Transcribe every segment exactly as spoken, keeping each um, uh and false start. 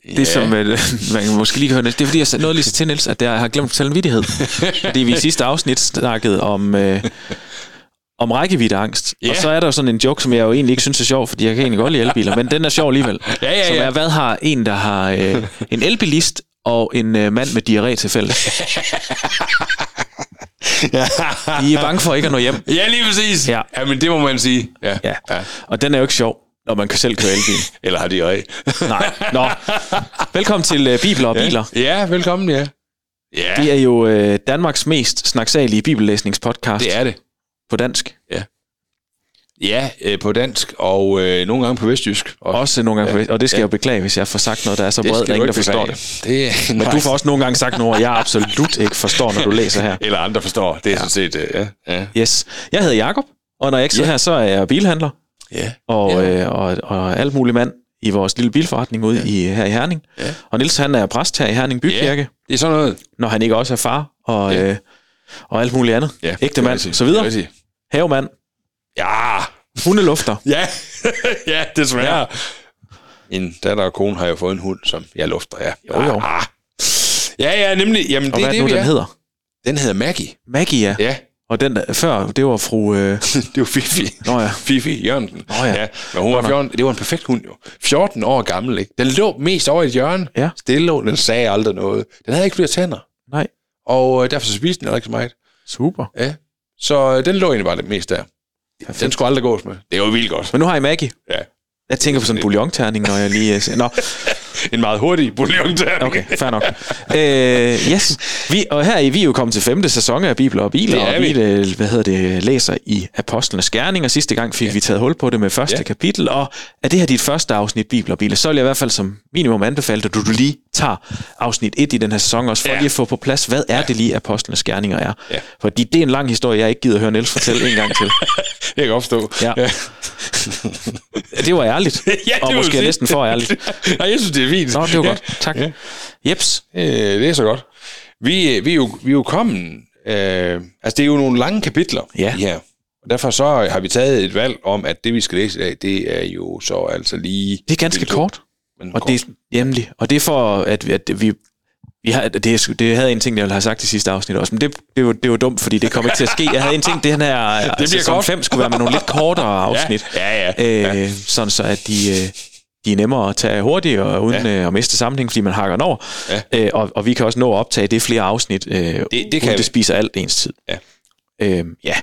Det yeah. som øh, man måske lige kan høre, det er fordi, jeg nåede lige til, Niels, at jeg har glemt at fortælle en vittighed. Fordi vi i sidste afsnit snakkede om... Øh, om rækkeviddeangst. Yeah. Og så er der jo sådan en joke, som jeg jo egentlig ikke synes er sjov, fordi jeg kan egentlig godt lide elbiler, men den er sjov alligevel. ja, ja, ja. Som er, hvad har en, der har øh, en elbilist og en øh, mand med diarré til fælles? De er bange for ikke at nå hjem. Ja, lige præcis. Ja, ja, men det må man sige. Ja. Ja. Ja. Og den er jo ikke sjov, når man kan selv køre elbil. Eller har diarré. Nej. Nå. Velkommen til øh, Bibler og Biler. Ja, ja velkommen, ja. ja. Det er jo øh, Danmarks mest snaksalige bibellæsningspodcast. Det er det. På dansk. Ja. Ja, øh, på dansk, og øh, nogle gange på vestjysk. Også, også nogle gange ja. på vestjysk. Og det skal ja. jeg jo beklage, hvis jeg får sagt noget, der er så bredt, der ingen, der forstår det. det er, Men du får også nogle gange sagt noget, jeg absolut ikke forstår, når du læser her. Eller andre forstår. Det er ja. sådan set, øh, ja. ja. Yes. Jeg hedder Jakob, og når jeg ikke sidder ja. her, så er jeg bilhandler. Ja. Og, ja. Øh, og, og alt muligt mand i vores lille bilforretning ude ja. i, her i Herning. Ja. Og Niels, han er præst her i Herning Bykirke. Ja. Det er sådan noget. Når han ikke også er far, og, ja. øh, og alt muligt andet. Ja. Ægte mand, så videre. Havemand. Ja. Hundelufter. ja, ja, desværre. Ja. Min datter og kone har jo fået en hund, som jeg lufter, ja. Jo, jo. Ah. Ja, ja, nemlig. Jamen, og det hvad er det, det, nu, den er. hedder? Den hedder Maggie. Maggie, ja. Ja. Og den der, før, det var fru... Øh... det var Fifi. Nå ja. Fifi Jørgensen. Nå ja. ja. Men hun var fjorten, det var en perfekt hund, jo. fjorten år gammel, ikke? Den lå mest over i et hjørne. Ja. Stille lå, den sagde aldrig noget. Den havde ikke flere tænder. Nej. Og øh, derfor så spiste den ikke så meget. Super. Ja. Så øh, den lå egentlig bare det mest der. Perfekt. Den skulle aldrig gås med. Det var vildt godt. Men nu har I Maggie. Ja. Jeg tænker på sådan en bouillon-terning, når jeg lige... Nå. En meget hurtig bouillon-terning. Okay, fair nok. øh, yes. Vi, og her er vi jo kommet til femte sæson af Bibler og Biler, og vi, vi hvad hedder det, læser i Apostlenes Gerninger. Sidste gang fik ja. vi taget hul på det med første ja. kapitel, og er det her dit første afsnit Bibler og Biler, så vil jeg i hvert fald som minimum anbefale dig, at du, du lige tager afsnit et i den her sæson, også for ja. lige at få på plads, hvad er ja. det lige Apostlenes Gerninger er. Ja. Fordi det er en lang historie, jeg ikke gider at høre Niels fortælle en gang til. Jeg kan opstå. Ja. Ja. Det var ærligt, ja, det og måske næsten for ærligt. Nej, jeg synes, det er fint. Nå, det var ja. godt. Tak. Ja. Jeps. Øh, det er så godt. Vi, vi, er, jo, vi er jo kommet... Øh, altså, det er jo nogle lange kapitler. Ja. ja. Og derfor så har vi taget et valg om, at det, vi skal læse i dag, det er jo så altså lige... Det er ganske kort. Men og, kort. Det er, jamen, og det er for, at, at vi... Vi har, det, det havde en ting, jeg ville have sagt i sidste afsnit også, men det, det, var, det var dumt, fordi det kom ikke til at ske. Jeg havde en ting, det her det altså, sæson fem skulle være med nogle lidt kortere afsnit, ja, ja, ja. Øh, ja. sådan så at de, de er nemmere at tage hurtigt og uden ja. at miste sammenhæng, fordi man hakker den over. Ja. Øh, og, og vi kan også nå at optage det flere afsnit, øh, det, det, kan det spiser alt ens tid. Ja. Øh, ja.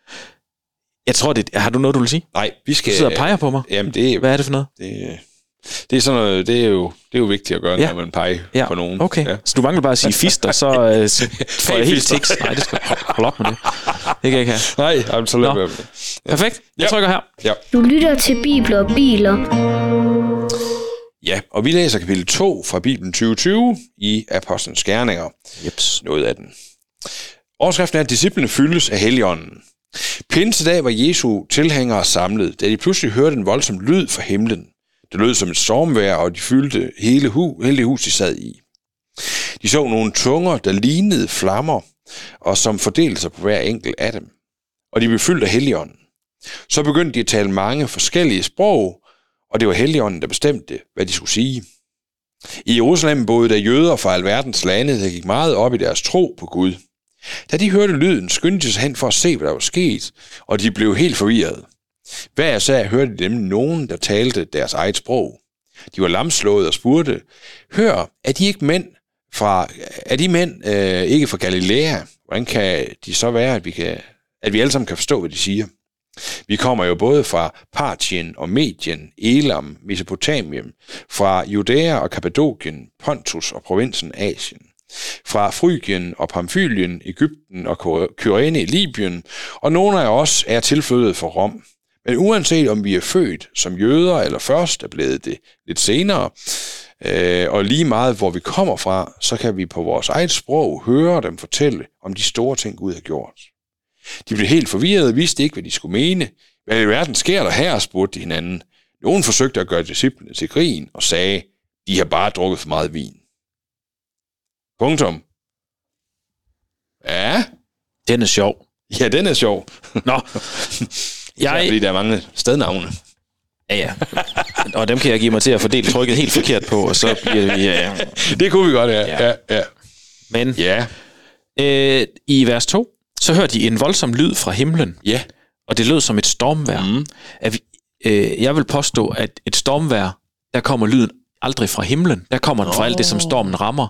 Jeg tror, det har du noget, du vil sige? Nej, vi skal... Du sidder og peger på mig. Jamen, det, hvad er det for noget? Det, det er sådan noget, det er jo, det er jo vigtigt at gøre, ja. når man peger ja. på nogen. Okay, ja. Så du mangler bare at sige fister, så, øh, så får jeg helt tiks. Nej, det skal holde op med det. Det kan jeg ikke have. Nej, absolut. Ja. Perfekt, jeg ja. trykker her. Ja. Du lytter til Bibler og Biler. Ja, og vi læser kapitel to fra Bibelen tyve tyve i Apostlenes Gerninger. Jeps. Noget af den. Overskriften er, at disciplene fyldes af Helligånden. Pinsedag var Jesu tilhængere samlet, da de pludselig hørte en voldsom lyd fra himlen. Det lød som et stormvejr, og de fyldte hele, hu- hele hus, de sad i. De så nogle tunger, der lignede flammer, og som fordelte sig på hver enkelt af dem. Og de blev fyldt af Helligånden. Så begyndte de at tale mange forskellige sprog, og det var Helligånden, der bestemte, hvad de skulle sige. I Jerusalem boede der jøder fra alverdens lande, der gik meget op i deres tro på Gud. Da de hørte lyden, skyndte de sig hen for at se, hvad der var sket, og de blev helt forvirrede. Hver især hørte de dem nogen, der talte deres eget sprog. De var lamslået og spurgte, hør, er de ikke mænd fra, er de mænd øh, ikke fra Galilea? Hvordan kan de så være, at vi, kan, at vi alle sammen kan forstå, hvad de siger? Vi kommer jo både fra Partien og Medien, Elam, Mesopotamien, fra Judæa og Kappadokien, Pontus og provinsen Asien, fra Frygien og Pamfylien, Egypten og Kyrene i Libyen, og nogle af os er tilflyttet fra Rom. Men uanset om vi er født som jøder eller først er blevet det lidt senere, øh, og lige meget hvor vi kommer fra, så kan vi på vores eget sprog høre dem fortælle om de store ting, Gud har gjort. De blev helt forvirrede og vidste ikke, hvad de skulle mene. Hvad i verden sker der her, spurgte de hinanden. Nogen forsøgte at gøre disciplene til grin og sagde, de har bare drukket for meget vin. Punktum. Ja. Den er sjov. Ja, den er sjov. Nå. Jeg... Fordi der er mange stednavne. Ja, ja. Og dem kan jeg give mig til at fordele trykket helt forkert på, og så bliver vi... Ja. Det kunne vi godt, ja. ja. ja, ja. Men ja. Øh, i vers to, så hørte de en voldsom lyd fra himlen. Ja. Og det lød som et stormvejr. Mm. At vi, øh, jeg vil påstå, at et stormvejr, der kommer lyden aldrig fra himlen. Der kommer den fra oh. alt det, som stormen rammer.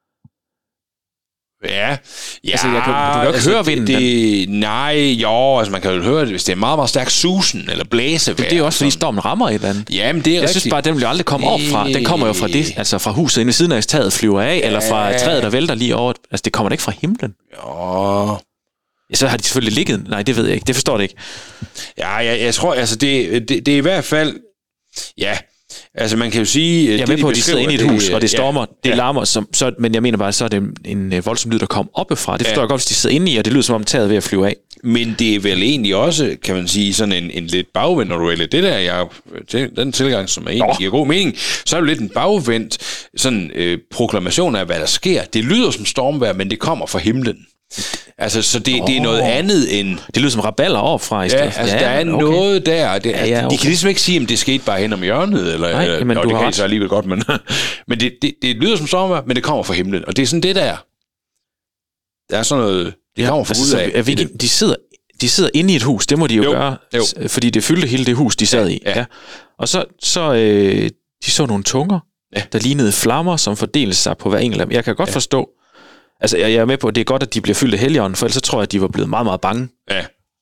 Ja, ja, altså, jeg kan, du kan jo ikke altså, høre vinden. Det, det, nej, jo, altså man kan jo høre det, hvis det er meget, meget stærk susen eller blæsevejr. Det er jo også, fordi stormen rammer et eller andet. Jamen, det er jeg rigtigt. synes bare, at den vil jo aldrig komme op fra. Den kommer jo fra det, altså fra huset inde ved siden af, taget flyver af, ja. Eller fra træet, der vælter lige over. Altså, det kommer da ikke fra himlen. Jo. Ja, så har de selvfølgelig ligget. Nej, det ved jeg ikke. Det forstår det ikke. Ja, jeg, jeg tror, altså, det, det, det er i hvert fald... Ja, altså man kan jo sige... Jeg er med på, at de sidder inde i et hus, og det stormer, ja, det ja. larmer, som, så, men jeg mener bare, så er det en, en voldsom lyd, der kommer oppefra. Det forstår ja. jeg godt, hvis de sidder inde i, og det lyder som om taget ved at flyve af. Men det er vel egentlig også, kan man sige, sådan en, en lidt bagvendt, når du er lidt det der, jeg, den tilgang, som er egentlig giver god mening, så er det lidt en bagvendt sådan, øh, proklamation af, hvad der sker. Det lyder som stormvejr, men det kommer fra himlen. Altså, så det, oh. det er noget andet end... Det lyder som raballer overfra i stedet. Ja, altså, ja, der er okay. noget der. Det, ja, ja, okay. De kan ligesom ikke sige, om det skete bare hen om hjørnet, eller, Nej, eller men og det kan de så alligevel godt, men, men det, det, det lyder som sommer, men det kommer fra himlen. Og det er sådan det der. Der er sådan noget... Det ja, kommer fra altså, ud af. Er vi, de, sidder, de sidder inde i et hus, det må de jo, jo gøre, jo. fordi det fyldte hele det hus, de sad ja, i. Ja. Ja. Og så, så øh, de så nogle tunger, ja. der lignede flammer, som fordelte sig på hver enkelt af dem. Jeg kan godt ja. forstå, altså, jeg er med på, at det er godt, at de bliver fyldt af Helligånden, for ellers så tror jeg, at de var blevet meget, meget bange. Ja.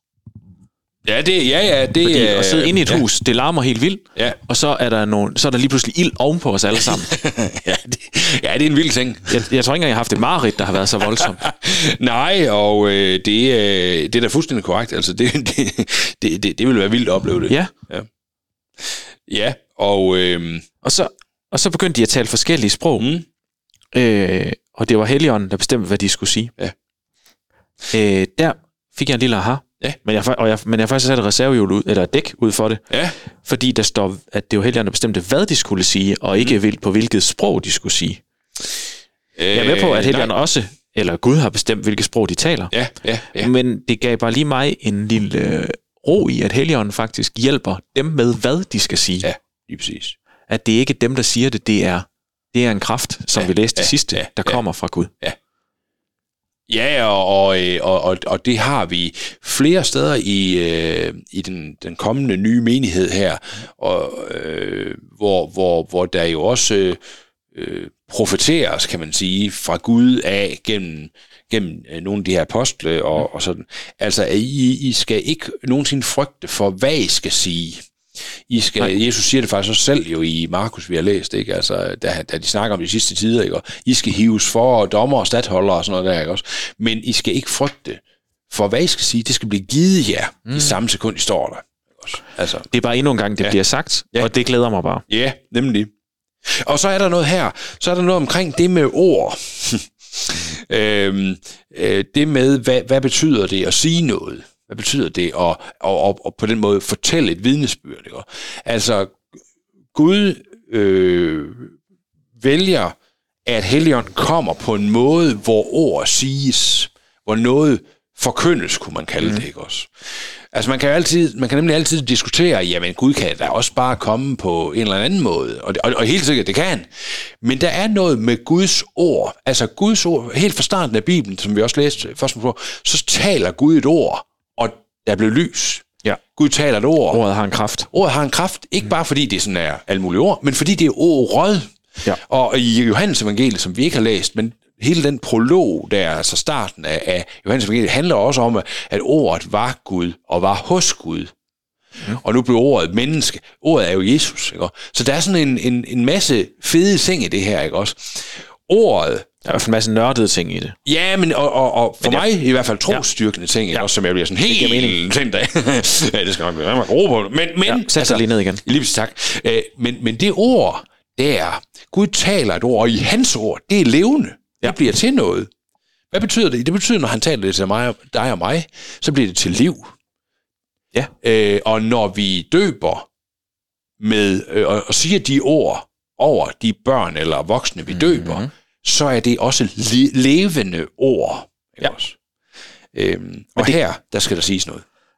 Ja, det, ja, ja, det Fordi er... at sidde inde i et ja. hus, det larmer helt vildt, ja. og så er der nogle, så er der lige pludselig ild ovenpå os alle sammen. ja, det, ja, det er en vild ting. jeg, jeg tror ikke engang, jeg har haft et mareridt, der har været så voldsomt. Nej, og øh, det, øh, det er da fuldstændig korrekt. Altså, det, det, det, det, det ville være vildt at opleve det. Ja. Ja, ja og... Øh, og, så, og så begyndte de at tale forskellige sprog. Mm. Øh, og det var Helligånden, der bestemte, hvad de skulle sige. Ja. Øh, der fik jeg en lille aha. Ja. Men jeg, og jeg, men jeg har faktisk sat et reservehjul ud, eller et dæk ud for det. Ja. Fordi der står, at det var Helligånden, der bestemte, hvad de skulle sige, og ikke mm. på hvilket sprog de skulle sige. Øh, jeg er med på, at Helligånden også, eller Gud har bestemt, hvilket sprog de taler. Ja, ja, ja. Men det gav bare lige mig en lille øh, ro i, at Helligånden faktisk hjælper dem med, hvad de skal sige. Ja, lige præcis. At det ikke er dem, der siger det, det er, det er en kraft, som ja, vi læste det ja, sidste, ja, der ja. kommer fra Gud. Ja. Ja, og, og, og, og det har vi flere steder i, øh, i den, den kommende nye menighed her, og, øh, hvor, hvor, hvor der jo også øh, profeteres, kan man sige, fra Gud af gennem, gennem øh, nogle af de her apostle og, og sådan. Altså, I, I skal ikke nogensinde frygte for, hvad I skal sige. I skal, Jesus siger det faktisk også selv jo i Markus, vi har læst, ikke? Altså, da, da de snakker om de sidste tider, ikke? Og I skal hives for dommer og stadholdere og sådan noget der, ikke også? Men I skal ikke frygte for, hvad I skal sige. Det skal blive givet jer mm. i samme sekund, I står der. Ikke også? Altså, det er bare endnu en gang, det ja. bliver sagt, ja. og det glæder mig bare. Ja, nemlig. Og så er der noget her, så er der noget omkring det med ord. øhm, øh, det med, hvad, hvad betyder det at sige noget? Hvad betyder det at og, og, og på den måde fortælle et vidnesbyrd? Ikke? Altså, Gud øh, vælger, at Helligånden kommer på en måde, hvor ord siges, hvor noget forkyndes, kunne man kalde mm. det, ikke også? Altså, man kan jo altid, man kan nemlig altid diskutere, jamen, Gud kan da også bare komme på en eller anden måde, og, og, og helt sikkert, det kan. Men der er noget med Guds ord, altså Guds ord, helt fra starten af Bibelen, som vi også læste først på, så taler Gud et ord, og der blev lys. Ja. Gud taler et ord. Ordet har en kraft. Ordet har en kraft, ikke mm. bare fordi det sådan er alle mulige ord, men fordi det er ordet. Ja. Og i Johannes evangeliet, som vi ikke har læst, men hele den prolog der, altså starten af, af Johannes evangeliet, handler også om, at ordet var Gud, og var hos Gud. Mm. Og nu blev ordet menneske. Ordet er jo Jesus, ikke? Så der er sådan en, en, en masse fede ting i det her, ikke også? Ordet... Der er i hvert fald en masse nørdede ting i det. Ja, men og, og, og for men mig jeg, i hvert fald trosstyrkende ting, ja. Også, som jeg bliver sådan helt tændt af. Ja, det skal nok være, man kan på det. Men, men, ja, sæt altså, lige ned igen. Lige tak. Øh, men, men det ord, der, Gud taler et ord, og i hans ord, det er levende. Ja. Det bliver til noget. Hvad betyder det? Det betyder, når han taler det til mig, dig og mig, så bliver det til liv. Ja. Øh, og når vi døber med, øh, og, og siger de ord over de børn eller voksne, vi døber, mm-hmm. så er det også le- levende ord. Ikke ja. Også? Øhm, og det, her, der skal der siges noget. Ja,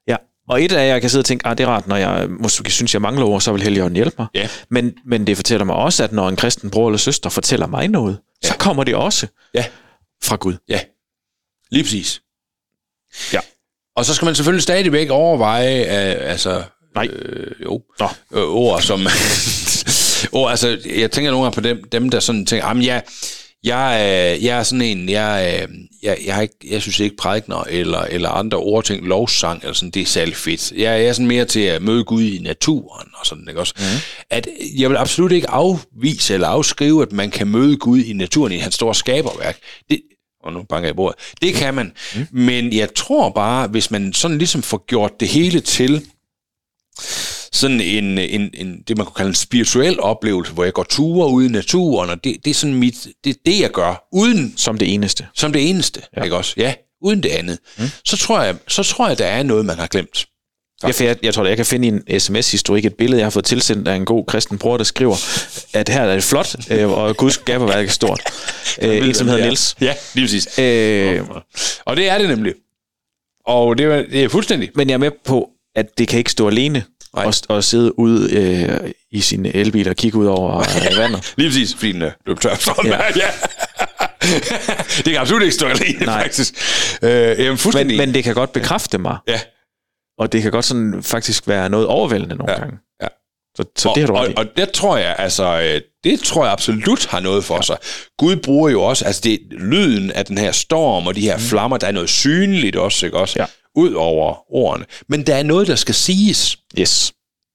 Og et af jer kan sidde og tænke, ah, det er rart, når jeg måske synes, jeg mangler ord, så vil Helligånden hjælpe mig. Ja. Men, men det fortæller mig også, at når en kristen bror eller søster fortæller mig noget, ja. så kommer det også ja. fra Gud. Ja, lige præcis. Ja. Og så skal man selvfølgelig stadigvæk overveje, uh, altså... Nej. Øh, jo. Nå. Øh, ord som... ord, altså, jeg tænker nogle gange på dem, dem der sådan tænker, jamen, jeg, jeg, jeg er sådan en, jeg, jeg, jeg, ikke, jeg synes ikke prædikner, eller, eller andre ordting, lovsang, eller sådan, det er særlig fedt. Jeg, jeg er sådan mere til at møde Gud i naturen, og sådan, ikke også? Mm. At jeg vil absolut ikke afvise eller afskrive, at man kan møde Gud i naturen, i hans store skaberværk. Det, og nu banker jeg i bordet. Det kan man. Mm. Men jeg tror bare, hvis man sådan ligesom får gjort det hele til sådan en, en, en det man kunne kalde en spirituel oplevelse, hvor jeg går ture ude i naturen, og det, det er sådan mit, det er det jeg gør, uden som det eneste. Som det eneste, ja. Ikke også? Ja, uden det andet. Mm. Så tror jeg, så tror jeg der er noget man har glemt. Ja, for jeg, jeg tror, jeg kan finde i en sms-historik et billede, jeg har fået tilsendt af en god kristen bror, der skriver, at her er det flot, øh, og Guds skaberværk er stort. Øh, en, som hedder Niels. Ja, lige præcis. Øh, og det er det nemlig. Og det er, det er fuldstændig. Men jeg er med på, at det kan ikke stå alene og, og sidde ude øh, i sin elbil og kigge ud over øh, vandet. Lige præcis, fordi den øh, løb tør. Ja. Ja. Det kan absolut ikke stå alene, Nej. faktisk. Øh, jamen, men, men det kan godt bekræfte mig. Ja. Og det kan godt sådan faktisk være noget overvældende nogle ja. gange. Ja. Så, så og, det har du og, ret i. Og det tror jeg, altså, det tror jeg absolut har noget for ja. sig. Gud bruger jo også, altså det lyden af den her storm og de her mm. flammer, der er noget synligt også, ikke også? Ja. Ud over ordene. Men der er noget, der skal siges. Yes.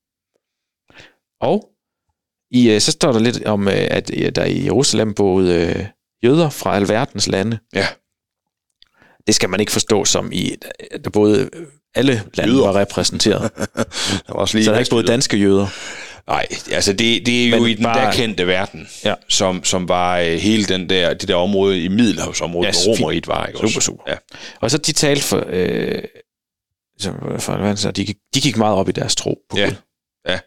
Og i, så står der lidt om, at der i Jerusalem boede jøder fra alverdens lande. Ja. Det skal man ikke forstå som i, der både alle lande jøder. var repræsenteret. Der var også lige så der er ikke både danske jøder. Nej, altså det, det er jo Men i den bare, der kendte verden, ja. som, som var hele den der, det der område i Middelhavsområdet, ja, hvor Romeriet var. Ikke? Super, super. Ja. Og så de talte for, øh, for så de, de gik meget op i deres tro på ja. Gud. Ja.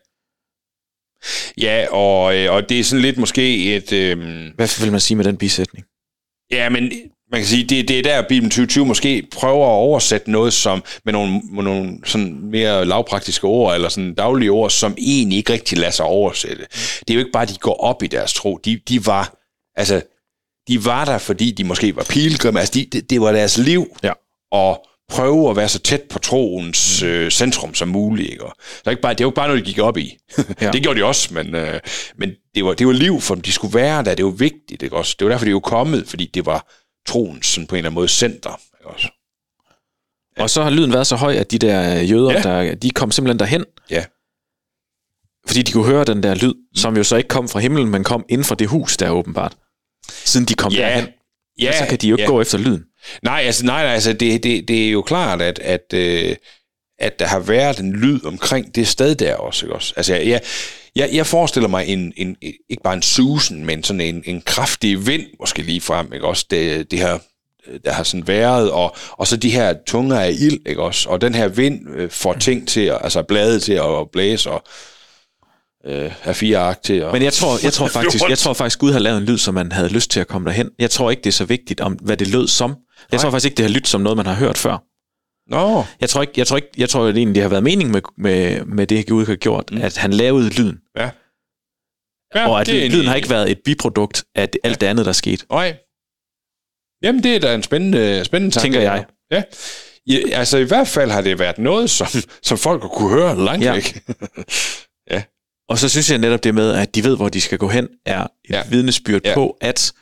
Ja, og, og det er sådan lidt måske et... Øh, Hvad vil man sige med den bisætning? Ja, men man kan sige, det, det er der, Bibelen tyve tyve måske prøver at oversætte noget som, med nogle, med nogle sådan mere lavpraktiske ord, eller sådan daglige ord, som egentlig ikke rigtig lader sig oversætte. Det er jo ikke bare, at de går op i deres tro. De, de var, altså, de var der, fordi de måske var pilgrimme. Altså, de, det, det var deres liv. Ja. Og prøve at være så tæt på troens øh, centrum som muligt. Ikke? Og det, er ikke bare, det er jo ikke bare noget, de gik op i. Ja. Det gjorde de også, men, øh, men det, var, det var liv for dem. De skulle være der. Det var vigtigt. Ikke? Også, det var derfor, de var kommet, fordi det var troens sådan på en eller anden måde center. Ikke? Også. Ja. Og så har lyden været så høj, at de der jøder, ja. der, de kom simpelthen derhen. Ja. Fordi de kunne høre den der lyd, mm. som jo så ikke kom fra himlen, men kom inden for det hus der åbenbart. Siden de kom ja. derhen. Ja. Så kan de jo ikke ja. gå efter lyden. Nej, altså, nej, altså det, det, det er jo klart, at, at, øh, at der har været en lyd omkring det sted der også. Ikke også? Altså, jeg, jeg, jeg forestiller mig en, en, ikke bare en susen, men sådan en, en kraftig vind, måske lige frem, ikke også? Det, det her, der har sådan været, og, og så de her tunger af ild, ikke også? Og den her vind øh, får ting til, altså blade til at blæse, og øh, have fire ark til. Og men jeg tror, jeg tror faktisk, jeg tror faktisk, Gud har lavet en lyd, som man havde lyst til at komme derhen. Jeg tror ikke, det er så vigtigt, om hvad det lød som. Jeg Nej. tror faktisk ikke, det har lyttet som noget, man har hørt før. Nå. Jeg tror ikke, jeg tror ikke, jeg tror at egentlig, det har været mening med, med, med det, Gud har gjort, mm. at han lavede lyden. Ja. Ja, og at lyden en... har ikke været et biprodukt af alt ja. det andet, der skete. Nej. Jamen, det er da en spændende, spændende tanke. Tænker jeg. Ja. Ja, altså, i hvert fald har det været noget, som, som folk har kunne høre langt ja. væk. Ja. Og så synes jeg netop det med, at de ved, hvor de skal gå hen, er et ja. vidnesbyrd ja. på, at,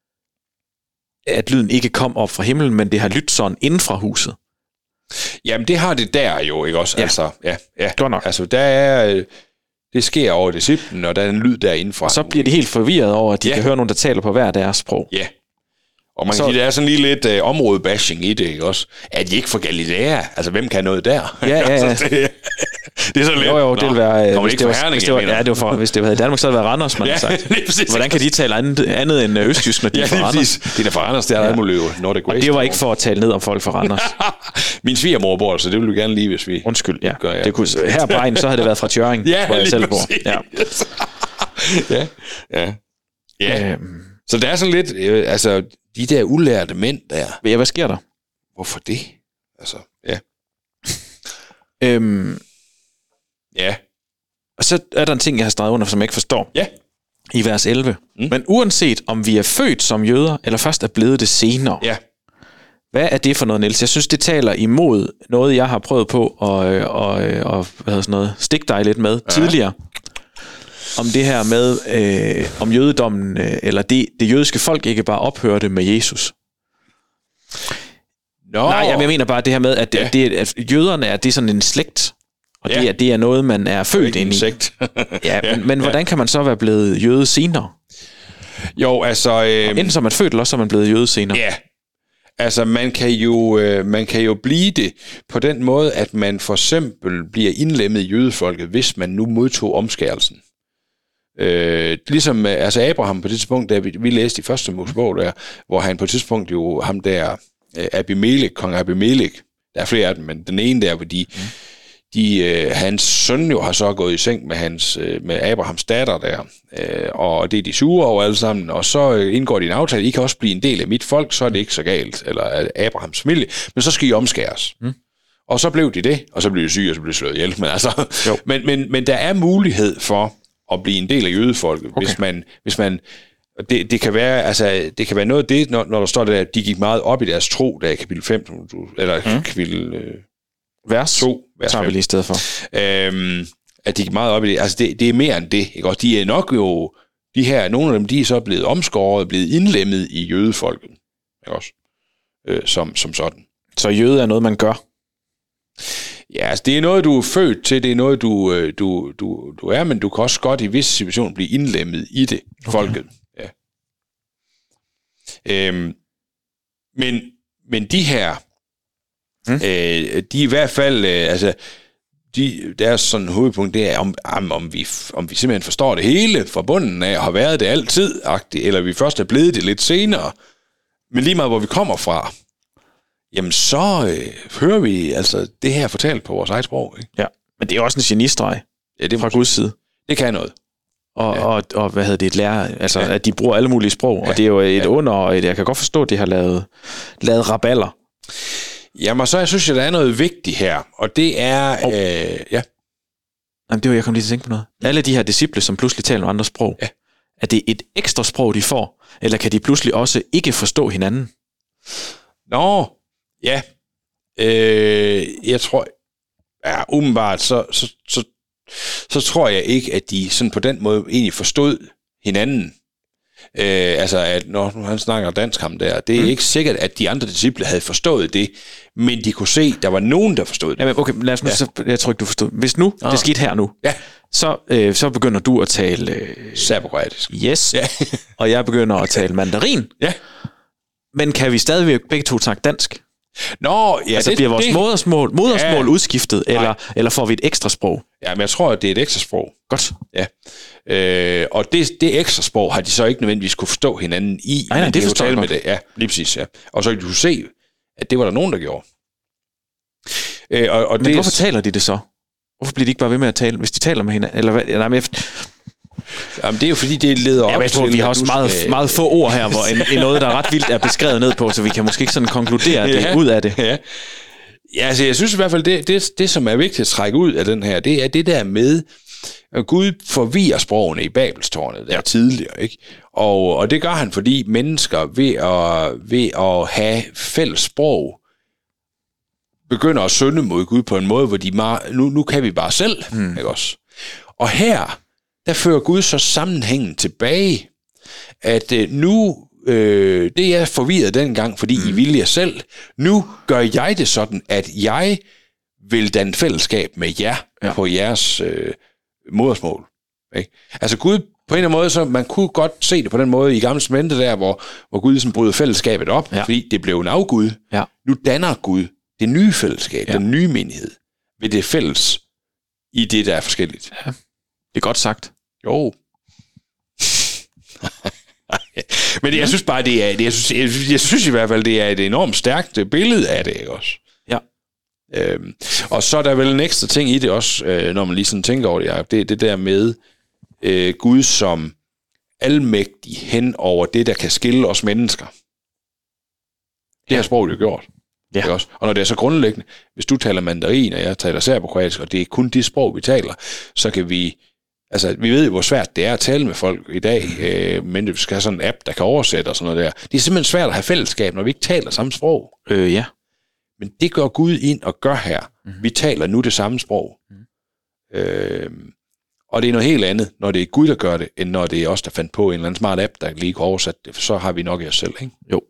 at lyden ikke kom op fra himlen, men det har lyttet sådan inden fra huset. Jamen, det har det der jo, ikke også? Ja. Altså, ja, ja. Godt nok. Altså, der er... Det sker over disciplen, og der er en lyd derindefra. Og så bliver de helt forvirret over, at de ja. kan høre nogen, der taler på hver deres sprog. Ja. Og man så... kan sige, der er sådan lige lidt uh, områdebashing i det, ikke også? Er de ikke fra Galilea? Altså, hvem kan noget der? Ja, ja, ja. altså, det, det er så lidt... Jo, jo, det vil være... Hvis det, var, hvis det var, ja, det var for, hvis det var i Danmark, så havde det været Randers, man ja, har sagt. Hvordan kan de tale andet, andet end østjysk, når de ja, er fra Randers? Det er der fra Randers, det er der ja. Almoløve, Nordic Waste. Og det var ikke for at tale ned om folk fra Randers. Min svigermor bor, så det vil du gerne lige, hvis vi... Undskyld, ja. Gør, ja. Det kunne, her på egen, så havde det været fra Tjøring, ja, hvor jeg selv bor. Ja, ja. ja. ja. Øhm. Så der er sådan lidt, øh, altså, de der ulærte mænd der. Ja, hvad sker der? Hvorfor det? Altså, ja. Øhm, ja. Og så er der en ting, jeg har streget under, som jeg ikke forstår. Ja. I vers elleve. Mm. Men uanset om vi er født som jøder, eller først er blevet det senere. Ja. Hvad er det for noget, Niels? Jeg synes, det taler imod noget, jeg har prøvet på at og, og, og, hvad hedder sådan noget, stikke dig lidt med ja. tidligere. Om det her med, øh, om jødedommen, øh, eller det, det jødiske folk ikke bare ophørte med Jesus. Nå. Nej, jeg mener bare det her med, at, ja. det, det, at jøderne er, det er sådan en slægt, og ja. det, er, det er noget, man er født ind i. ja, ja, men, men ja. hvordan kan man så være blevet jøde senere? Jo, altså... Øh... Enten så er man født, eller så er man blevet jøde senere. Ja, altså man kan jo øh, man kan jo blive det på den måde, at man for eksempel bliver indlemmet i jødefolket, hvis man nu modtog omskærelsen. Øh, ligesom altså Abraham på det tidspunkt, da vi, vi læste i første Mosebog der, hvor han på et tidspunkt jo, ham der, øh, Abimelech, kong Abimelech, der er flere af dem, men den ene der, hvor de, mm. de, øh, hans søn jo har så gået i seng med, hans, øh, med Abrahams datter der, øh, og det er de sure over alle sammen, og så indgår de en aftale, I kan også blive en del af mit folk, så er det ikke så galt, eller Abrahams familie, men så skal I omskæres. Mm. Og så blev de det, og så blev de syge, og så blev de slået ihjel, men altså, men, men, men der er mulighed for at blive en del af jødefolket, okay. hvis man, hvis man det, det kan være, altså, det kan være noget af det, når, når der står der, at de gik meget op i deres tro, der i kapitel fem, eller mm. kapitel øh, vers to, vers tager vi lige i stedet for. Øhm, at de gik meget op i det, altså det, det er mere end det, ikke? Og de er nok jo, de her, nogle af dem, de er så blevet omskåret, blevet indlemmet i jødefolket, ikke også? Øh, som, som sådan. Så jøde er noget, man gør? Ja, altså det er noget, du er født til, det er noget, du, du, du, du er, men du kan også godt i visse situationer blive indlemmet i det, okay. folket. Ja. Øhm, men, men de her, hmm? øh, de er i hvert fald, øh, altså, de, deres sådan hovedpunkt, det er, om, om, vi, om vi simpelthen forstår det hele fra bunden af, og har været det altid, eller vi først er blevet det lidt senere, men lige meget, hvor vi kommer fra, jamen så øh, hører vi altså det her fortalt på vores eget sprog. Ikke? Ja, men det er også en genistreg ja, det fra Guds side. Det kan noget. Og, ja. og, og hvad hedder det, et lærer, altså ja. at de bruger alle mulige sprog, ja. og det er jo et ja. under, og et, jeg kan godt forstå, at de har lavet, lavet raballer. Jamen så jeg synes jeg, der er noget vigtigt her, og det er, oh. øh, ja. Jamen det var, jeg kom lige til at tænke på noget. Alle de her disciple, som pludselig taler nogle andre sprog, ja. er det et ekstra sprog, de får, eller kan de pludselig også ikke forstå hinanden? Nå, ja, øh, jeg tror, ja, umiddelbart, så, så, så, så tror jeg ikke, at de sådan på den måde egentlig forstod hinanden. Øh, altså, at når han snakker dansk ham der, det er mm. ikke sikkert, at de andre disciple havde forstået det, men de kunne se, der var nogen, der forstod det. Jamen, okay, lad os nu, ja. så, jeg tror ikke, du forstod. Hvis nu, ah. det skete her nu, ja. så, øh, så begynder du at tale... Øh, serbokroatisk. Yes, ja. og jeg begynder at tale mandarin. Ja. Men kan vi stadigvæk begge to snakke dansk? Nå, ja, altså det, bliver vores det, modersmål, modersmål ja. udskiftet, eller, eller får vi et ekstra sprog? Ja, men jeg tror, at det er et ekstra sprog. Godt. Ja. Øh, og det, det ekstra sprog har de så ikke nødvendigvis kunne forstå hinanden i. Nej, nej, det forstår jeg med det. Ja, lige præcis, ja. Og så kan du se, at det var der nogen, der gjorde. Øh, og, og men det, hvorfor taler de det så? Hvorfor bliver de ikke bare ved med at tale, hvis de taler med hinanden? Eller hvad? Nej, men jeg... Jamen, det er jo fordi, det leder op ja, jeg tror, til... vi har også meget, skal... meget få ord her, hvor en, en noget, der ret vildt er beskrevet ned på, så vi kan måske ikke sådan konkludere det ja, ud af det. Ja, ja altså, jeg synes i hvert fald, det, det, det, som er vigtigt at trække ud af den her, det er det der med, at Gud forvirrer sprogene i Babelstårnet der ja. tidligere, ikke? Og, og det gør han, fordi mennesker ved at, ved at have fælles sprog, begynder at synde mod Gud på en måde, hvor de meget, nu, nu kan vi bare selv, hmm. ikke også? Og her... der fører Gud så sammenhængen tilbage, at øh, nu, øh, det er forvirret dengang, fordi mm. I ville jer selv, nu gør jeg det sådan, at jeg vil danne fællesskab med jer ja. på jeres øh, modersmål. Ikke? Altså Gud, på en eller anden måde, så man kunne godt se det på den måde i Gamle Testamente der, hvor, hvor Gud ligesom bryder fællesskabet op, ja. fordi det blev en afgud. Ja. Nu danner Gud det nye fællesskab, ja. den nye menighed, ved det fælles i det, der er forskelligt. Ja. Det er godt sagt. Jo. Men det, jeg synes bare, det er, det, jeg, synes, jeg, synes, jeg synes i hvert fald, det er et enormt stærkt billede af det, ikke også? Ja. Øhm, og så er der vel en ekstra ting i det også, øh, når man lige sådan tænker over det, Jacob. Det er det der med øh, Gud som almægtig hen over det, der kan skille os mennesker. Det har sproget jo gjort. Ja. Ikke også? Og når det er så grundlæggende, hvis du taler mandarin, og jeg taler serbokroatisk, og det er kun de sprog, vi taler, så kan vi... Altså, vi ved jo, hvor svært det er at tale med folk i dag, øh, men vi skal have sådan en app, der kan oversætte og sådan noget der. Det er simpelthen svært at have fællesskab, når vi ikke taler samme sprog. Øh, ja. Men det går Gud ind og gør her. Mm-hmm. Vi taler nu det samme sprog. Mm. Øh, og det er noget helt andet, når det er Gud, der gør det, end når det er os, der fandt på en eller anden smart app, der lige kan oversætte det. Så har vi nok i os selv, ikke? Jo.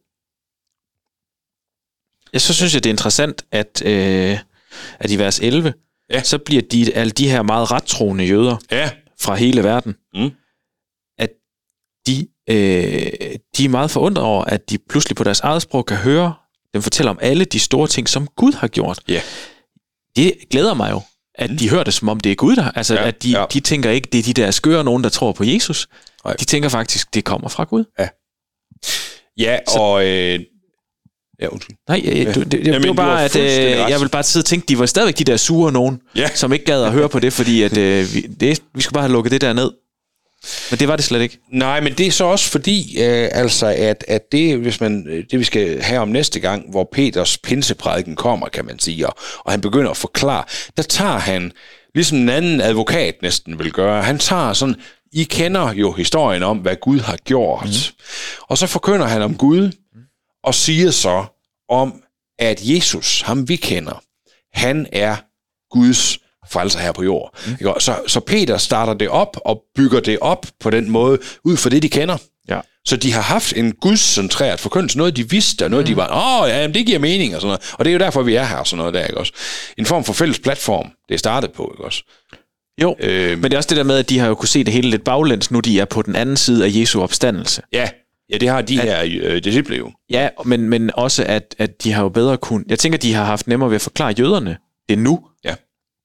Jeg så synes jeg, det er interessant, at, øh, at i vers elleve, ja. så bliver de, alle de her meget rettroende jøder ja. fra hele verden, mm. at de, øh, de er meget forundret over, at de pludselig på deres eget sprog kan høre dem fortælle om alle de store ting, som Gud har gjort. Ja. Det glæder mig jo, at mm. de hører det, som om det er Gud der. Altså, ja. at de, ja. de tænker ikke, det er de der skøre nogen, der tror på Jesus. Nej. De tænker faktisk, det kommer fra Gud. Ja, ja så, og... Øh Ja, undskyld. Nej, jeg, du, det, det, Jamen, det var bare, at øh, jeg vil bare sidde og tænke, de var stadigvæk de der sure nogen, ja. som ikke gad at høre på det, fordi at, øh, vi, det, vi skulle bare have lukket det der ned. Men det var det slet ikke. Nej, men det er så også fordi, øh, altså, at, at det, hvis man, det vi skal have om næste gang, hvor Peters pinseprædiken kommer, kan man sige, og, og han begynder at forklare, der tager han, ligesom en anden advokat næsten vil gøre, han tager sådan, I kender jo historien om, hvad Gud har gjort, mm. og så forkynder han om Gud, og siger så om, at Jesus, ham vi kender, han er Guds frelser her på jord. Mm. Så, så Peter starter det op og bygger det op på den måde, ud fra det, de kender. Ja. Så de har haft en gudscentreret forkyndelse, noget de vidste, og noget mm. de var, åh, ja, det giver mening, og sådan noget. Og det er jo derfor, vi er her, og sådan noget der, ikke også? En form for fælles platform, det er startet på, ikke også? Jo, øhm, men det er også det der med, at de har jo kunne se det hele lidt baglæns, nu de er på den anden side af Jesu opstandelse. Ja, Ja, det har de at, her øh, disciple jo. Ja, men, men også, at, at de har jo bedre kun... Jeg tænker, de har haft nemmere ved at forklare jøderne det nu. Ja.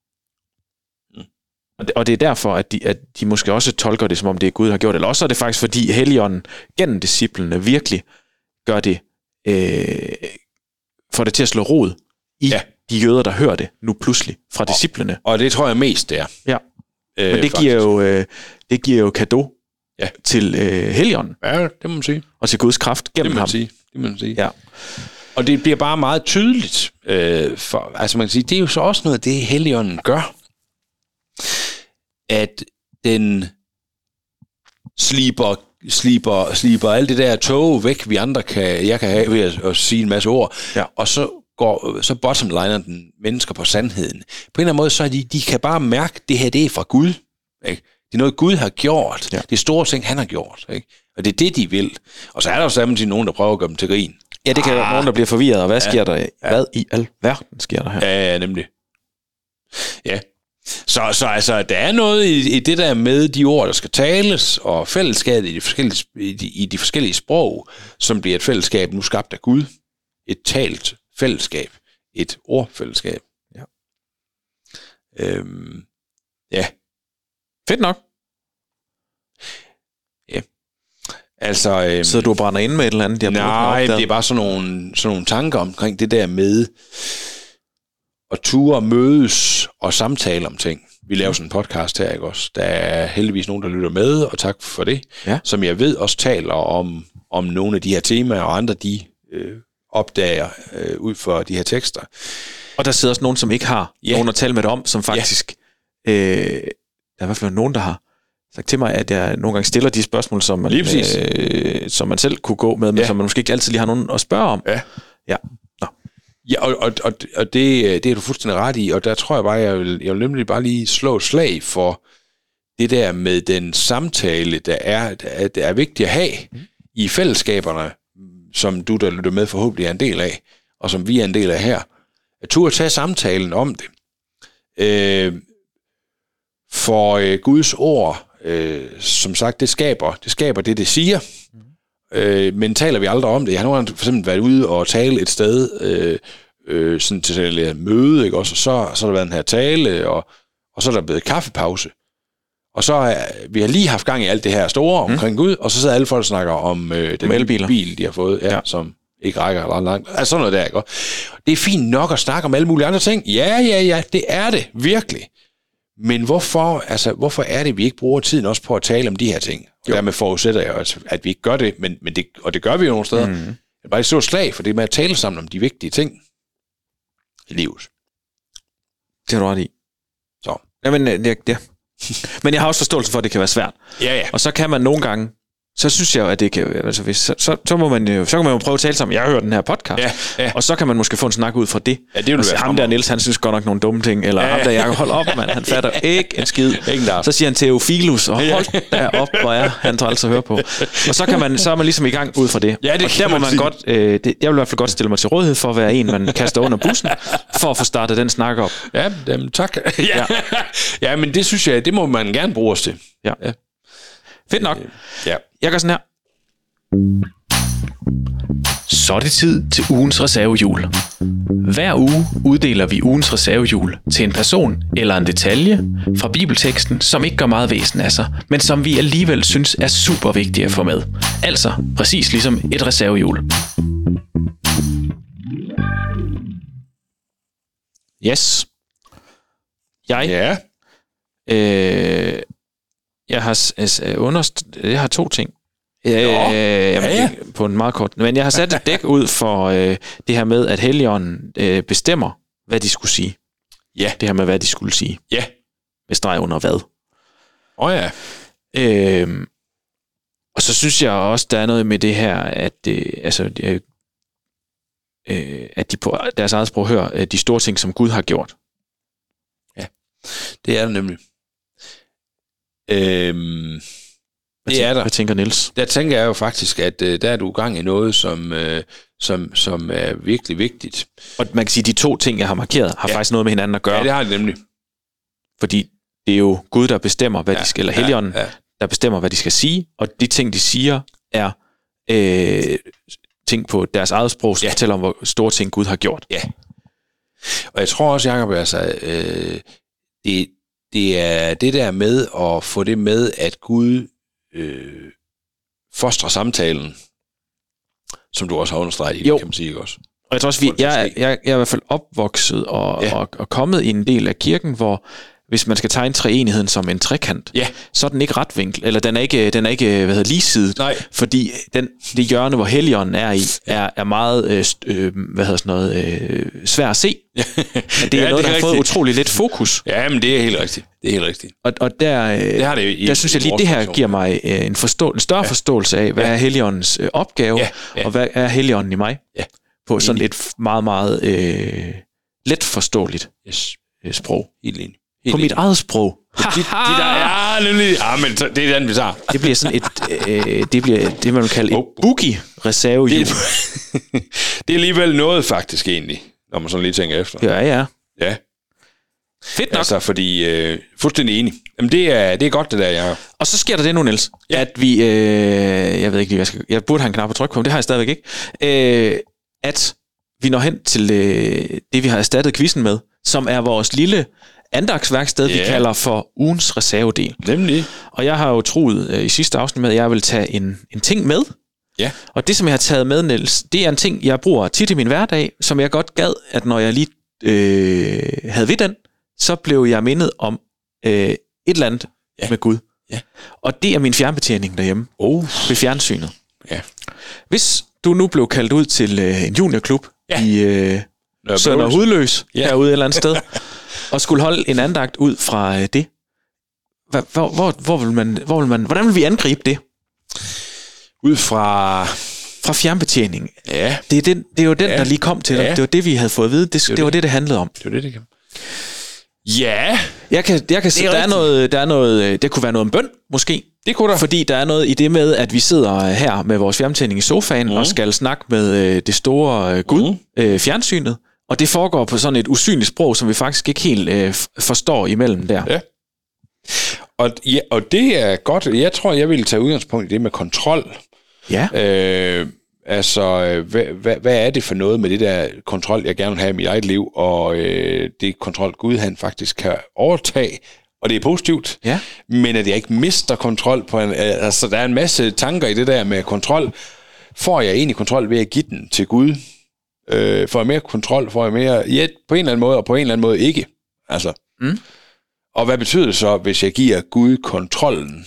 Mm. Og, det, og det er derfor, at de, at de måske også tolker det, som om det er Gud har gjort. Eller også er det faktisk, fordi Helligånden gennem disciplene virkelig gør det... Øh, får det til at slå rod i ja. de jøder, der hører det nu pludselig fra og, disciplene. Og det tror jeg mest, det er. Ja, øh, men det giver, jo, øh, det giver jo cadeau. Ja. Til øh, Helligånden. Ja, det må man sige. Og til Guds kraft gennem det må ham. Sige. Det må man sige. Ja. Og det bliver bare meget tydeligt. Øh, for, altså man kan sige, det er jo så også noget af det, Helligånden gør. At den sliber, sliber, sliber alt det der tog væk, vi andre kan, jeg kan have ved at, at sige en masse ord. Ja. Og så går, så bottomliner den mennesker på sandheden. På en eller anden måde, så er de, de kan bare mærke, at det her, det er fra Gud. Ikke? Det er noget, Gud har gjort. Ja. Det er store ting, han har gjort. Ikke? Og det er det, de vil. Og så er der jo samtidig nogen, der prøver at gøre dem til grin. Ja, det kan ah. være nogen, der bliver forvirret. Og hvad ja. sker der? Hvad ja. i alverden sker der her? Ja, ja, nemlig. Ja. Så, så altså, der er noget i, i det der med de ord, der skal tales, og fællesskabet i de forskellige, i de, i de forskellige sprog, som bliver et fællesskab nu skabt af Gud. Et talt fællesskab. Et ordfællesskab. Ja. Øhm, ja. Fedt nok. Ja. Altså... Øhm, Sidder du og brænder inde med et eller andet? De nej, det er bare sådan nogle, sådan nogle tanker omkring det der med at ture mødes og samtale om ting. Vi laver sådan en podcast her, ikke også? Der er heldigvis nogen, der lytter med, og tak for det. Ja. Som jeg ved også taler om, om nogle af de her temaer, og andre de øh, opdager øh, ud for de her tekster. Og der sidder også nogen, som ikke har ja. nogen at tale med dig om, som faktisk... Ja. Øh, der er i hvert fald nogen, der har sagt til mig, at jeg nogle gange stiller de spørgsmål, som man, øh, som man selv kunne gå med, men ja. som man måske ikke altid lige har nogen at spørge om. Ja. Ja, Nå. Ja, og, og, og, og det, det er du fuldstændig ret i, og der tror jeg bare, jeg vil, jeg vil nemlig bare lige slå et slag for det der med den samtale, der er, der er, der er vigtigt at have mm. i fællesskaberne, som du, der lytter med, forhåbentlig er en del af, og som vi er en del af her. At turde tage samtalen om det. Øh, For øh, Guds ord, øh, som sagt, det skaber, det skaber det, det siger. Mm. Øh, men taler vi aldrig om det? Jeg har nogle gange for eksempel været ude og tale et sted, øh, øh, sådan til et møde, ikke? Også, og så, så har der været den her tale, og, og så er der blevet kaffepause. Og så har vi har lige haft gang i alt det her store omkring mm. Gud, og så sidder alle folk og snakker om øh, den elbiler. bil, de har fået, ja, ja. som ikke rækker eller langt. Altså sådan noget der, ikke? Det er fint nok at snakke om alle mulige andre ting. Ja, ja, ja, det er det, virkelig. Men hvorfor, altså, hvorfor er det, at vi ikke bruger tiden også på at tale om de her ting? Og jo. Dermed forudsætter jeg, at, at vi ikke gør det, men, men det, og det gør vi jo nogle steder. Mm. Det er bare et stort slag for det med at tale sammen om de vigtige ting. i livet. Det har du ret i. Så. Jamen, det, det. Men jeg har også forståelse for, at det kan være svært. Ja, ja. Og så kan man nogle gange, så synes jeg jo, at det kan, altså hvis, så, så, så, må man jo, så kan man jo prøve at tale sammen, jeg har hørt den her podcast, ja, ja. og så kan man måske få en snak ud fra det. Ja, det vil være ham der Niels, han synes godt nok nogle dumme ting, eller ja. ham der Jacob, hold op, mand, han fatter ikke en skid. Så siger han Theophilus, og hold da op, hvor er han træls at høre på. Og så kan man, så er man ligesom i gang ud fra det. Ja, det og der må man sige. godt, øh, det, jeg vil i hvert fald godt stille mig til rådighed for at være en, man kaster under bussen, for at få startet den snak op. Ja, jamen, tak. ja. Ja. ja, men det synes jeg, det må man gerne bruge os til. Ja. ja. Fedt nok. Ja. Jeg gør sådan her. Så er det tid til ugens reservehjul. Hver uge uddeler vi ugens reservehjul til en person eller en detalje fra bibelteksten, som ikke gør meget væsen af sig, men som vi alligevel synes er super vigtige at få med. Altså præcis ligesom et reservehjul. Yes. Jeg Ja. øh, jeg har altså, underst- jeg har to ting. Øh, jamen, ja, ja. På en meget kort. Men jeg har sat et dæk ud for øh, det her med, at Helligånden øh, bestemmer, hvad de skulle sige. Ja. Det her med, hvad de skulle sige. Ja. Med streg under hvad. Åh oh, ja. Øh, og så synes jeg også, der er noget med det her, at, øh, altså, øh, øh, at de på deres eget sprog hører øh, de store ting, som Gud har gjort. Ja, det er det nemlig. Øhm... Hvad, det tænker, er der. hvad tænker Niels? Der tænker jeg jo faktisk, at øh, der er du i gang i noget, som, øh, som, som er virkelig vigtigt. Og man kan sige, at de to ting, jeg har markeret, har ja. faktisk noget med hinanden at gøre. Ja, det har det nemlig. Fordi det er jo Gud, der bestemmer, hvad ja. de skal, eller Helligånden, ja. ja. der bestemmer, hvad de skal sige, og de ting, de siger, er øh, ting på deres eget sprog, som ja. fortæller om, hvor store ting Gud har gjort. Ja. Og jeg tror også, Jacob, altså, øh, det, det er det der med at få det med, at Gud Øh, fostre samtalen, som du også har understreget i, kan man sige, ikke også? Og jeg tror også, vi, jeg, jeg, jeg er i hvert fald opvokset og, ja. og, og kommet i en del af kirken, hvor hvis man skal tegne treenigheden som en trekant, ja. så er den ikke retvinkel, eller den er ikke, den er ikke hvad hedder, ligesidet, Nej. fordi den, det hjørne, hvor Helligånden er i, er, er meget øh, hvad hedder sådan noget, øh, svært at se. Ja. Men det er ja, noget, det er der har fået utrolig lidt fokus. Ja, men det er helt rigtigt. Det er helt rigtigt. Og, og der, det har det i, der synes jeg lige, det her giver mig øh, en, forstå, en større ja. forståelse af, hvad ja. er Helligåndens øh, opgave, ja. Ja. og hvad er Helligånden i mig, ja. på sådan et meget, meget øh, let forståeligt yes. øh, sprog. Helt enig. På mit eget sprog. De, de der, ja, nemlig. Ja, men det er den, vi tager. Det bliver sådan et, øh, det bliver det, man vil kalde et boogie-reservehjul. Det, det er alligevel noget faktisk egentlig, når man sådan lige tænker efter. Ja, ja. Ja. Fedt nok. Altså, fordi, øh, fuldstændig enig. Jamen, det er, det er godt, det der, jeg har. Og så sker der det nu, Niels, ja. at vi, øh, jeg ved ikke, jeg, skal, jeg burde have en knap at trykke på, men det har jeg stadigvæk ikke, øh, at vi når hen til øh, det, vi har erstattet quizzen med, som er vores lille andagsværksted, yeah. vi kalder for ugens reservedel. Nemlig. Og jeg har jo troet øh, i sidste afsnit med, at jeg vil tage en, en ting med. Ja. Yeah. Og det, som jeg har taget med, Niels, det er en ting, jeg bruger tit i min hverdag, som jeg godt gad, at når jeg lige øh, havde ved den, så blev jeg mindet om øh, et eller andet yeah. med Gud. Yeah. Og det er min fjernbetjening derhjemme. Oh. Ved fjernsynet. Yeah. Hvis du nu blev kaldt ud til øh, en juniorklub yeah. i øh, Sønder Hudløs, yeah. herude et eller andet sted, og skulle holde en andagt ud fra øh, det, hvor, hvor, hvor, hvor, vil man, hvor vil man, hvordan vil vi angribe det? Ud fra... Fra fjernbetjening. Ja. Det er, den, det er jo den, ja. der lige kom til dig. Ja. Det var det, vi havde fået at vide. Det, det, det var det, det handlede om. Det var det, det kan. Ja. Jeg kan, jeg kan se, der er, noget, der er noget, det kunne være noget om bøn, måske. Det kunne der. Fordi der er noget i det med, at vi sidder her med vores fjernbetjening i sofaen, mm. og skal snakke med øh, det store øh, Gud, mm. øh, fjernsynet. Og det foregår på sådan et usynligt sprog, som vi faktisk ikke helt øh, forstår imellem der. Ja. Og, ja, og det er godt. Jeg tror, jeg vil tage udgangspunkt i det med kontrol. Ja. Øh, altså, hvad, hvad, hvad er det for noget med det der kontrol, jeg gerne vil have i mit eget liv, og øh, det kontrol, Gud han faktisk kan overtage, og det er positivt, ja. men at jeg ikke mister kontrol på en... Altså, der er en masse tanker i det der med kontrol. Får jeg egentlig kontrol ved at give den til Gud? Øh, får jeg mere kontrol? Får jeg mere... Ja, på en eller anden måde, og på en eller anden måde ikke. Altså. Mm. Og hvad betyder det så, hvis jeg giver Gud kontrollen?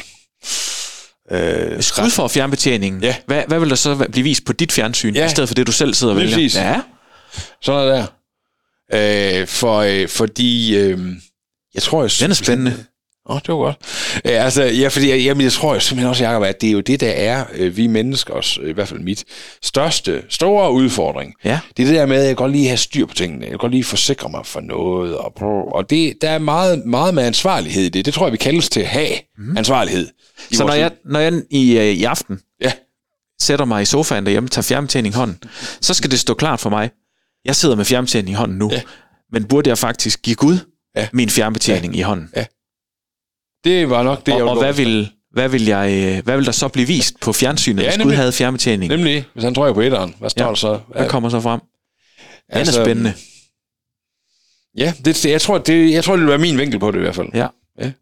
Øh, hvis Gud får fjernbetjeningen, ja. hvad, hvad vil der så blive vist på dit fjernsyn, ja. i stedet for det, du selv sidder og vælger? Præcis. Ja. Sådan noget der. Øh, for, øh, fordi... Øh, jeg tror, jeg... Den er spændende. Åh, oh, det var godt. Øh, altså, ja, fordi jamen, jeg tror jeg simpelthen også, Jacob, at det er jo det, der er øh, vi menneskers, i hvert fald mit, største, store udfordring. Ja. Det er det der med, at jeg kan godt lige have styr på tingene. Jeg kan godt lige forsikre mig for noget. Og, og det, der er meget, meget med ansvarlighed i det. Det tror jeg, vi kaldes til at have mm. ansvarlighed. Så når jeg, når jeg i, øh, i aften ja. sætter mig i sofaen derhjemme, tager fjernbetjening i hånden, så skal det stå klart for mig. Jeg sidder med fjernbetjening i hånden nu, ja. Men burde jeg faktisk give Gud ja. min fjernbetjening ja. i hånden? Ja. Det var nok det, og, jeg og hvad vil, hvad, vil jeg, hvad vil der så blive vist på fjernsynet, ja, hvis Gud havde fjernbetjening? Nemlig, hvis han trykker på etteren. Hvad står ja. der så? Hvad kommer så frem? Den altså, er spændende. Ja, det, jeg, tror, det, jeg tror, det vil være min vinkel på det i hvert fald. Ja. Ja.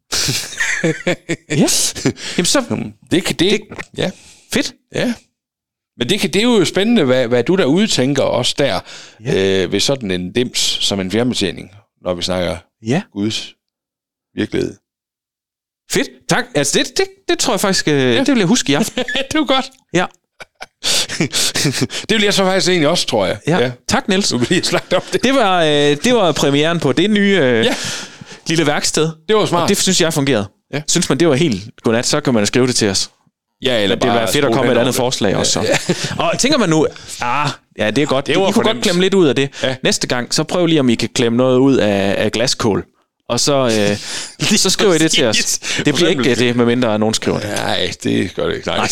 yes. Jamen så... Det kan det... det ja. Fedt. Ja. Men det, kan, det er jo spændende, hvad, hvad du derude tænker også der, ja. øh, ved sådan en dims som en fjernbetjening, når vi snakker ja. Guds virkelighed. Fedt, tak. Altså det, det, det tror jeg faktisk, øh, ja. det vil jeg huske i aften. Det var godt. Ja. Det vil jeg så faktisk egentlig også, tror jeg. Ja. Ja. Tak, Niels. Du vil lige slagt op det. Det var, øh, det var premieren på det nye øh, ja. lille værksted. Det var smart. Og det synes jeg fungerede. Ja. Synes man, det var helt godnat, så kan man skrive det til os. Ja, eller det vil være fedt at komme med et andet forslag ja. også. Så. Og tænker man nu, ah, ja, det er godt. Det I kunne godt klemme lidt ud af det. Ja. Næste gang, så prøv lige, om I kan klemme noget ud af, af glaskål. Og så, øh, så skriver I det til os. Det bliver ikke det, medmindre nogen skriver det. Nej, det gør det ikke. Nej.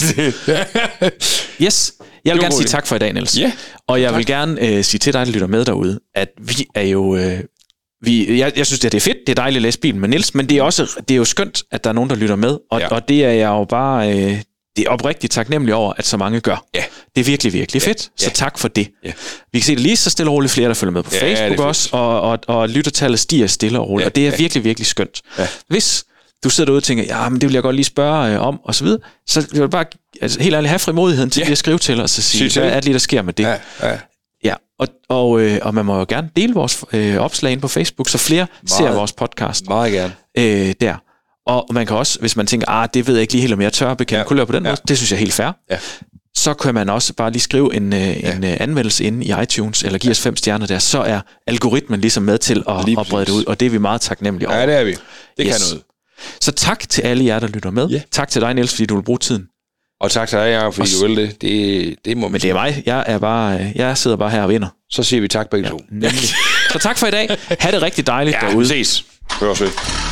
Yes, jeg vil gerne sige tak for i dag, Niels. Ja, og jeg tak. vil gerne øh, sige til dig, der lytter med derude, at vi er jo... Øh, vi, jeg, jeg synes, det er fedt, det er dejligt at læse Bibelen med Niels, men det er, også, det er jo skønt, at der er nogen, der lytter med. Og, ja. og det er jeg jo bare... Øh, det er oprigtigt taknemmelig over, at så mange gør. Ja. Det er virkelig, virkelig fedt, ja. Så tak for det. Ja. Vi kan se det lige så stille og roligt flere, der følger med på ja, Facebook også, og, og, og lyttertallet stiger stille og roligt, ja. Og det er virkelig, virkelig skønt. Ja. Hvis du sidder derude og tænker, ja, men det vil jeg godt lige spørge øh, om, og så videre, så vil jeg bare altså, helt ærligt have frimodigheden til ja. at skrive til os og sige, hvad er det lige, der sker med det? Ja, ja. Ja. Og, og, øh, og man må jo gerne dele vores øh, opslag ind på Facebook, så flere meget, ser vores podcast. Meget gerne. Øh, der. Og man kan også, hvis man tænker, ah, det ved jeg ikke lige helt, om jeg tør bekende ja. kulør på den ja. måde, det synes jeg er helt fair. Ja. Så kan man også bare lige skrive en, ja. en anmeldelse inde i iTunes, eller give os fem stjerner der, så er algoritmen ligesom med til at, at brede det ud, og det er vi meget taknemmelige over. Ja, det er vi. Det yes. kan noget. Så tak til alle jer, der lytter med. Yeah. Tak til dig, Niels, fordi du vil bruge tiden. Og tak til dig, Jacob, fordi og du vil det. det. Det må Men det er mig. Jeg, er bare, jeg sidder bare her og vinder. Så siger vi tak begge ja, to. Så tak for i dag. Ha' det rigtig dejligt ja, derude. Vi ses. Hør os ved.